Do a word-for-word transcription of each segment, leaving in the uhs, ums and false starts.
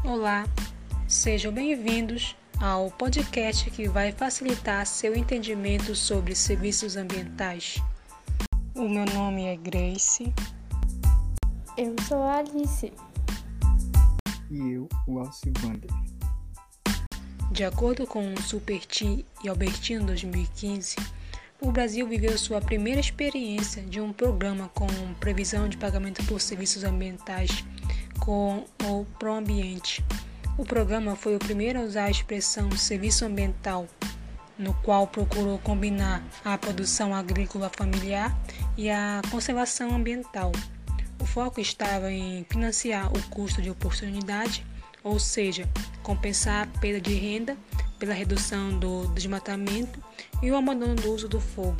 Olá, sejam bem-vindos ao podcast que vai facilitar seu entendimento sobre serviços ambientais. O meu nome é Grace. Eu sou a Alice. E eu, o Alcivander. De acordo com o Supertim e Albertino dois mil e quinze, o Brasil viveu sua primeira experiência de um programa com previsão de pagamento por serviços ambientais com o Proambiente. O programa foi o primeiro a usar a expressão serviço ambiental, no qual procurou combinar a produção agrícola familiar e a conservação ambiental. O foco estava em financiar o custo de oportunidade, ou seja, compensar a perda de renda pela redução do desmatamento e o abandono do uso do fogo.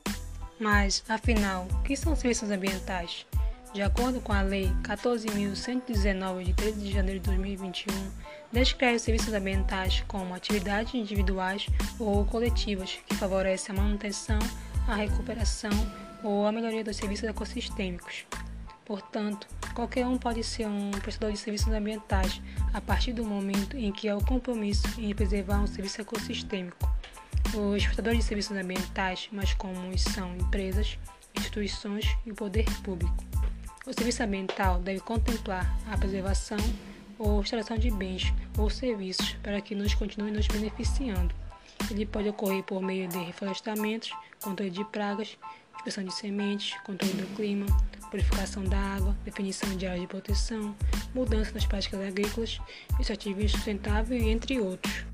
Mas, afinal, o que são serviços ambientais? De acordo com a Lei quatorze mil cento e dezenove, de treze de janeiro de dois mil e vinte e um, descreve serviços ambientais como atividades individuais ou coletivas que favorecem a manutenção, a recuperação ou a melhoria dos serviços ecossistêmicos. Portanto, qualquer um pode ser um prestador de serviços ambientais a partir do momento em que há o compromisso em preservar um serviço ecossistêmico. Os prestadores de serviços ambientais mais comuns são empresas, instituições e o poder público. O serviço ambiental deve contemplar a preservação ou restauração de bens ou serviços para que nos continue nos beneficiando. Ele pode ocorrer por meio de reflorestamentos, controle de pragas, dispersão de sementes, controle do clima, purificação da água, definição de áreas de proteção, mudança nas práticas agrícolas, extrativismo sustentável e entre outros.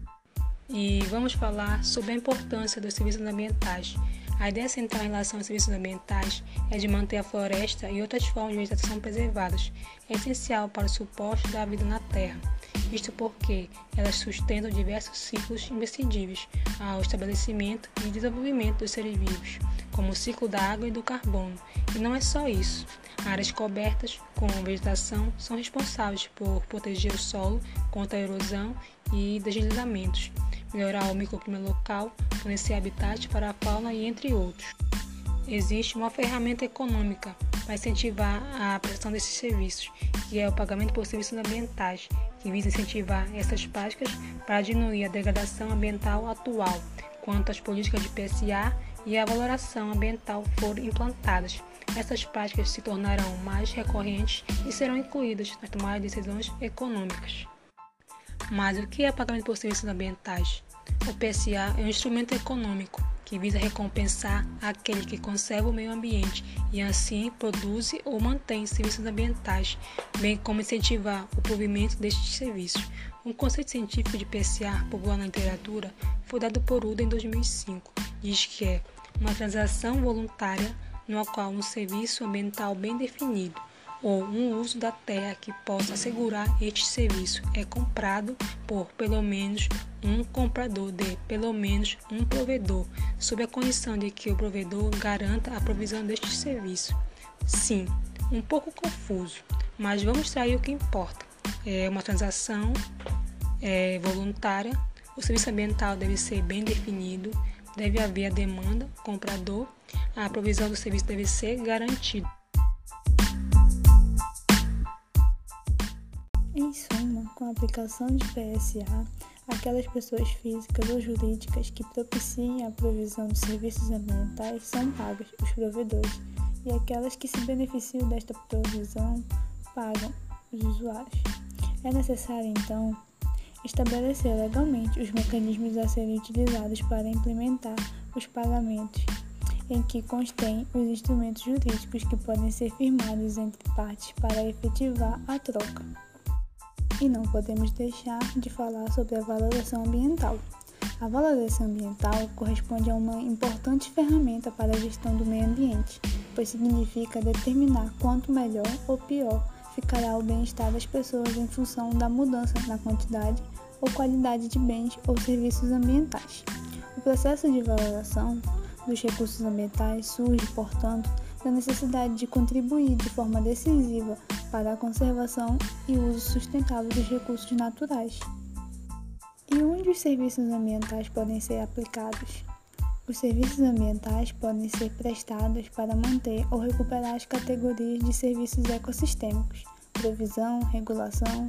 E vamos falar sobre a importância dos serviços ambientais. A ideia central em relação aos serviços ambientais é de manter a floresta e outras formas de vegetação preservadas. É essencial para o suporte da vida na Terra, isto porque elas sustentam diversos ciclos imprescindíveis ao estabelecimento e desenvolvimento dos seres vivos, como o ciclo da água e do carbono. E não é só isso. Áreas cobertas com vegetação são responsáveis por proteger o solo contra a erosão e deslizamentos, melhorar o microclima local, fornecer habitat para a fauna e entre outros. Existe uma ferramenta econômica para incentivar a prestação desses serviços, que é o pagamento por serviços ambientais, que visa incentivar essas práticas para diminuir a degradação ambiental atual, quanto as políticas de P S A e a valoração ambiental forem implantadas. Essas práticas se tornarão mais recorrentes e serão incluídas nas tomadas de decisões econômicas. Mas o que é pagamento por serviços ambientais? O P S A é um instrumento econômico que visa recompensar aquele que conserva o meio ambiente e assim produz ou mantém serviços ambientais, bem como incentivar o provimento destes serviços. Um conceito científico de P S A popular na literatura foi dado por Uda em dois mil e cinco. Diz que é uma transação voluntária no qual um serviço ambiental bem definido ou um uso da terra que possa assegurar este serviço é comprado por pelo menos um comprador de pelo menos um provedor, sob a condição de que o provedor garanta a provisão deste serviço. Sim, um pouco confuso, mas vamos extrair o que importa. É uma transação é, voluntária, o serviço ambiental deve ser bem definido, deve haver a demanda, comprador, a provisão do serviço deve ser garantida. Em suma, com a aplicação de P S A, aquelas pessoas físicas ou jurídicas que propiciem a provisão de serviços ambientais são pagas, os provedores, e aquelas que se beneficiam desta provisão pagam, os usuários. É necessário, então, estabelecer legalmente os mecanismos a serem utilizados para implementar os pagamentos, em que constém os instrumentos jurídicos que podem ser firmados entre partes para efetivar a troca. E não podemos deixar de falar sobre a valoração ambiental. A valoração ambiental corresponde a uma importante ferramenta para a gestão do meio ambiente, pois significa determinar quanto melhor ou pior ficará o bem-estar das pessoas em função da mudança na quantidade ou qualidade de bens ou serviços ambientais. O processo de valoração dos recursos ambientais surge, portanto, da necessidade de contribuir de forma decisiva para a conservação e uso sustentável dos recursos naturais. E onde os serviços ambientais podem ser aplicados? Os serviços ambientais podem ser prestados para manter ou recuperar as categorias de serviços ecossistêmicos, provisão, regulação,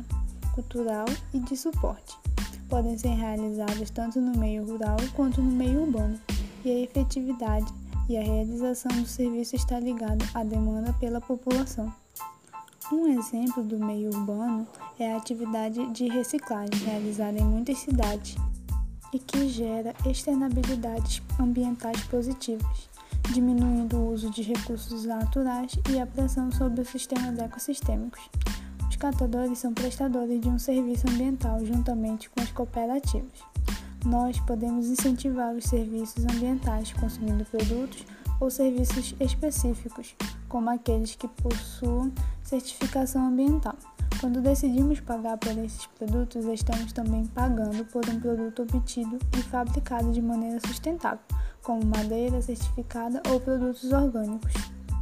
cultural e de suporte. Podem ser realizados tanto no meio rural quanto no meio urbano, e a efetividade e a realização do serviço está ligado à demanda pela população. Um exemplo do meio urbano é a atividade de reciclagem realizada em muitas cidades e que gera externalidades ambientais positivas, diminuindo o uso de recursos naturais e a pressão sobre os sistemas ecossistêmicos. Os catadores são prestadores de um serviço ambiental juntamente com as cooperativas. Nós podemos incentivar os serviços ambientais consumindo produtos ou serviços específicos, como aqueles que possuam certificação ambiental. Quando decidimos pagar por esses produtos, estamos também pagando por um produto obtido e fabricado de maneira sustentável, como madeira certificada ou produtos orgânicos.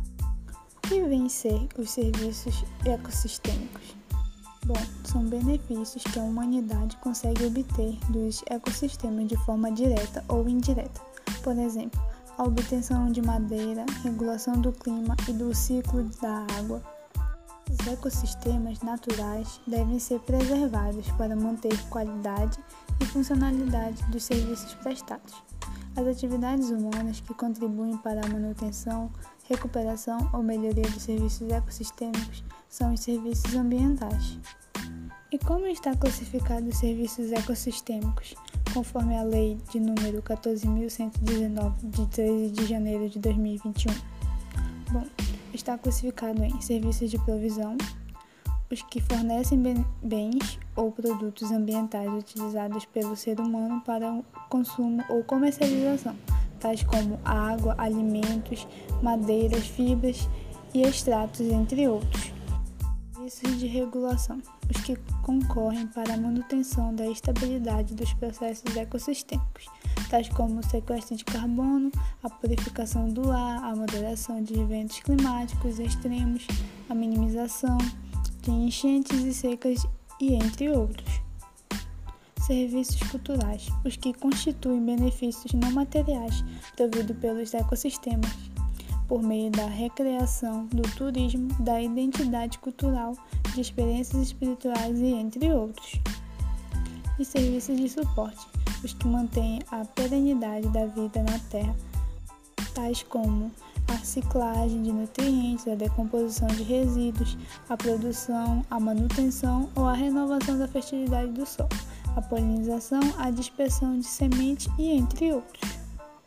O que vêm ser os serviços ecossistêmicos? Bom, são benefícios que a humanidade consegue obter dos ecossistemas de forma direta ou indireta. Por exemplo, a obtenção de madeira, regulação do clima e do ciclo da água. Os ecossistemas naturais devem ser preservados para manter qualidade e funcionalidade dos serviços prestados. As atividades humanas que contribuem para a manutenção, recuperação ou melhoria dos serviços ecossistêmicos são os serviços ambientais. E como está classificado os serviços ecossistêmicos, conforme a Lei de número quatorze mil cento e dezenove, de treze de janeiro de dois mil e vinte e um? Bom, está classificado em serviços de provisão, os que fornecem bens ou produtos ambientais utilizados pelo ser humano para o consumo ou comercialização, tais como água, alimentos, madeiras, fibras e extratos, entre outros. Serviços de regulação, os que concorrem para a manutenção da estabilidade dos processos ecossistêmicos, tais como o sequestro de carbono, a purificação do ar, a moderação de eventos climáticos extremos, a minimização de enchentes e secas e entre outros. Serviços culturais, os que constituem benefícios não materiais providos pelos ecossistemas, por meio da recreação, do turismo, da identidade cultural, de experiências espirituais e entre outros. E serviços de suporte, os que mantêm a perenidade da vida na Terra, tais como a reciclagem de nutrientes, a decomposição de resíduos, a produção, a manutenção ou a renovação da fertilidade do solo, a polinização, a dispersão de semente e entre outros.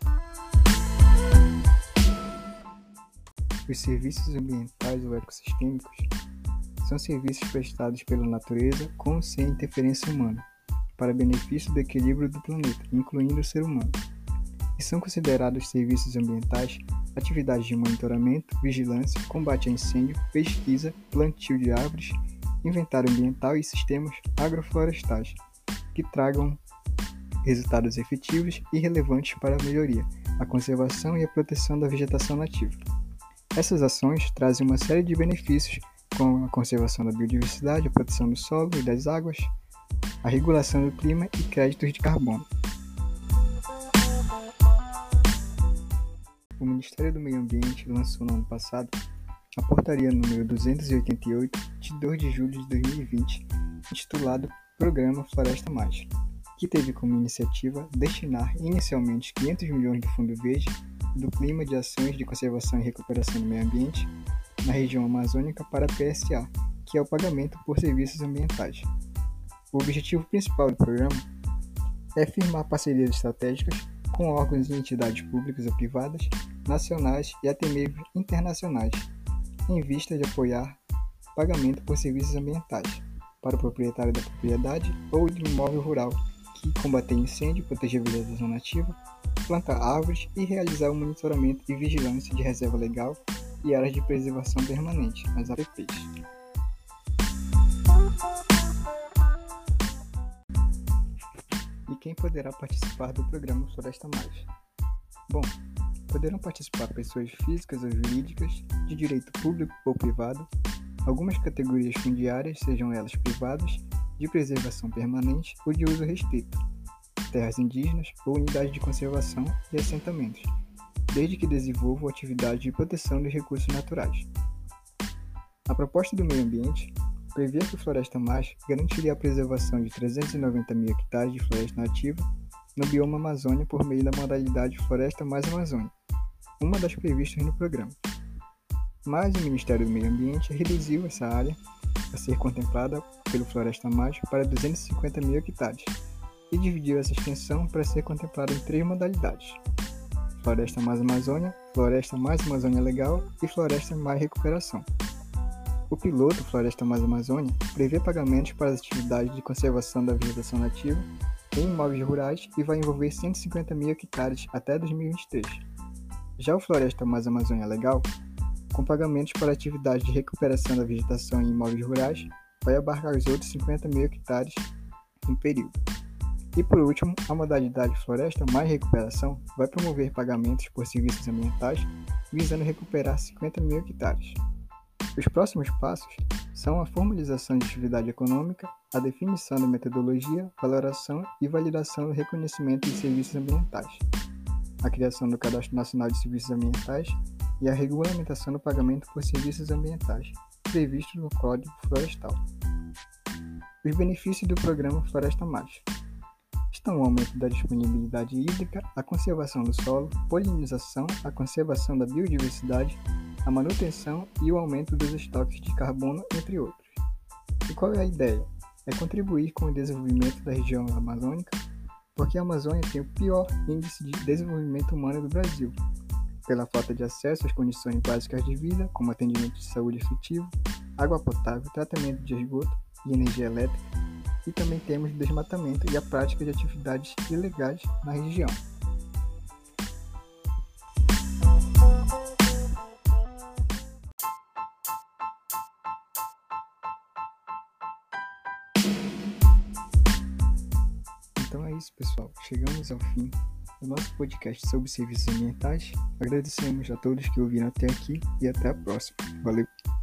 Os serviços ambientais ou ecossistêmicos são serviços prestados pela natureza com ou sem interferência humana, para benefício do equilíbrio do planeta, incluindo o ser humano. E são considerados serviços ambientais atividades de monitoramento, vigilância, combate a incêndio, pesquisa, plantio de árvores, inventário ambiental e sistemas agroflorestais, que tragam resultados efetivos e relevantes para a melhoria, a conservação e a proteção da vegetação nativa. Essas ações trazem uma série de benefícios, como a conservação da biodiversidade, a proteção do solo e das águas, a regulação do clima e créditos de carbono. O Ministério do Meio Ambiente lançou no ano passado a Portaria número duzentos e oitenta e oito, de dois de julho de dois mil e vinte, intitulado Programa Floresta Mais, que teve como iniciativa destinar inicialmente quinhentos milhões do Fundo Verde do Clima de Ações de Conservação e Recuperação do Meio Ambiente na região amazônica para a P S A, que é o pagamento por serviços ambientais. O objetivo principal do programa é firmar parcerias estratégicas com órgãos e entidades públicas ou privadas, nacionais e até mesmo internacionais, em vista de apoiar pagamento por serviços ambientais para o proprietário da propriedade ou de imóvel rural que combater incêndio, proteger a vegetação nativa, plantar árvores e realizar o monitoramento e vigilância de reserva legal e áreas de preservação permanente, as A P Ps. E quem poderá participar do programa Floresta Mais? Bom, poderão participar pessoas físicas ou jurídicas, de direito público ou privado, algumas categorias fundiárias, sejam elas privadas, de preservação permanente ou de uso restrito, terras indígenas ou unidades de conservação e assentamentos, desde que desenvolvam atividade de proteção dos recursos naturais. A proposta do meio ambiente previa que o Floresta Mais garantiria a preservação de trezentos e noventa mil hectares de floresta nativa no bioma Amazônia por meio da modalidade Floresta Mais Amazônia, uma das previstas no programa. Mas o Ministério do Meio Ambiente reduziu essa área a ser contemplada pelo Floresta Mais para duzentos e cinquenta mil hectares e dividiu essa extensão para ser contemplada em três modalidades: Floresta Mais Amazônia, Floresta Mais Amazônia Legal e Floresta Mais Recuperação. O piloto Floresta Mais Amazônia prevê pagamentos para as atividades de conservação da vegetação nativa em imóveis rurais e vai envolver cento e cinquenta mil hectares até dois mil e vinte e três. Já o Floresta Mais Amazônia Legal, com pagamentos para atividades de recuperação da vegetação em imóveis rurais, vai abarcar os outros cinquenta mil hectares no período. E por último, a modalidade Floresta Mais Recuperação vai promover pagamentos por serviços ambientais, visando recuperar cinquenta mil hectares. Os próximos passos são a formalização de atividade econômica, a definição da metodologia, valoração e validação do reconhecimento de serviços ambientais, a criação do Cadastro Nacional de Serviços Ambientais e a regulamentação do pagamento por serviços ambientais, previsto no Código Florestal. Os benefícios do programa Floresta Mais estão o aumento da disponibilidade hídrica, a conservação do solo, polinização, a conservação da biodiversidade, a manutenção e o aumento dos estoques de carbono, entre outros. E qual é a ideia? É contribuir com o desenvolvimento da região amazônica, porque a Amazônia tem o pior índice de desenvolvimento humano do Brasil, pela falta de acesso às condições básicas de vida, como atendimento de saúde efetivo, água potável, tratamento de esgoto e energia elétrica, e também temos o desmatamento e a prática de atividades ilegais na região. Então é isso, pessoal. Chegamos ao fim do nosso podcast sobre serviços ambientais. Agradecemos a todos que ouviram até aqui e até a próxima. Valeu!